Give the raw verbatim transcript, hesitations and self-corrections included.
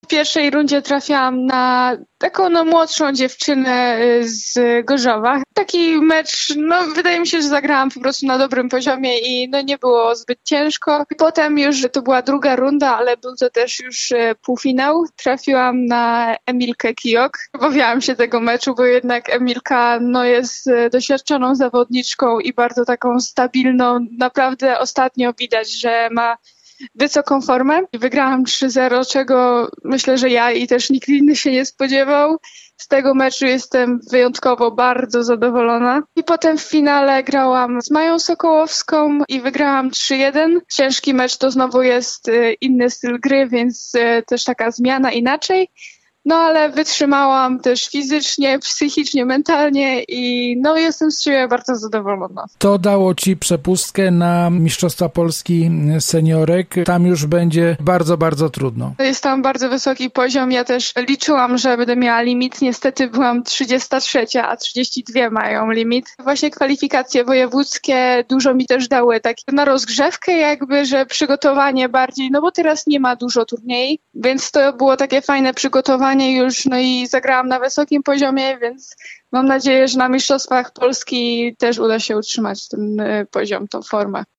pierwszej rundzie trafiłam na taką no, młodszą dziewczynę z Gorzowa. Taki mecz, no wydaje mi się, że zagrałam po prostu na dobrym poziomie i no nie było zbyt ciężko. Potem już to była druga runda, ale był to też już półfinał. Trafiłam na Emilkę Kijok. Obawiałam się tego meczu, bo jednak Emilka no, jest doświadczoną zawodniczką i bardzo taką stabilną. Naprawdę ostatnio widać, że ma wysoką formę. Wygrałam trzy zero, czego myślę, że ja i też nikt inny się nie spodziewał. Z tego meczu jestem wyjątkowo bardzo zadowolona. I potem w finale grałam z Mają Sokołowską i wygrałam trzy jeden. Ciężki mecz to znowu jest inny styl gry, więc też taka zmiana inaczej. No ale wytrzymałam też fizycznie, psychicznie, mentalnie i no jestem z siebie bardzo zadowolona. To dało Ci przepustkę na Mistrzostwa Polski seniorek. Tam już będzie bardzo, bardzo trudno. Jest tam bardzo wysoki poziom. Ja też liczyłam, że będę miała limit. Niestety byłam trzydziesta trzecia, a trzydzieści dwie mają limit. Właśnie kwalifikacje wojewódzkie dużo mi też dały tak na rozgrzewkę jakby, że przygotowanie bardziej, no bo teraz nie ma dużo turniej, więc to było takie fajne przygotowanie już, no i zagrałam na wysokim poziomie, więc mam nadzieję, że na Mistrzostwach Polski też uda się utrzymać ten poziom, tą formę.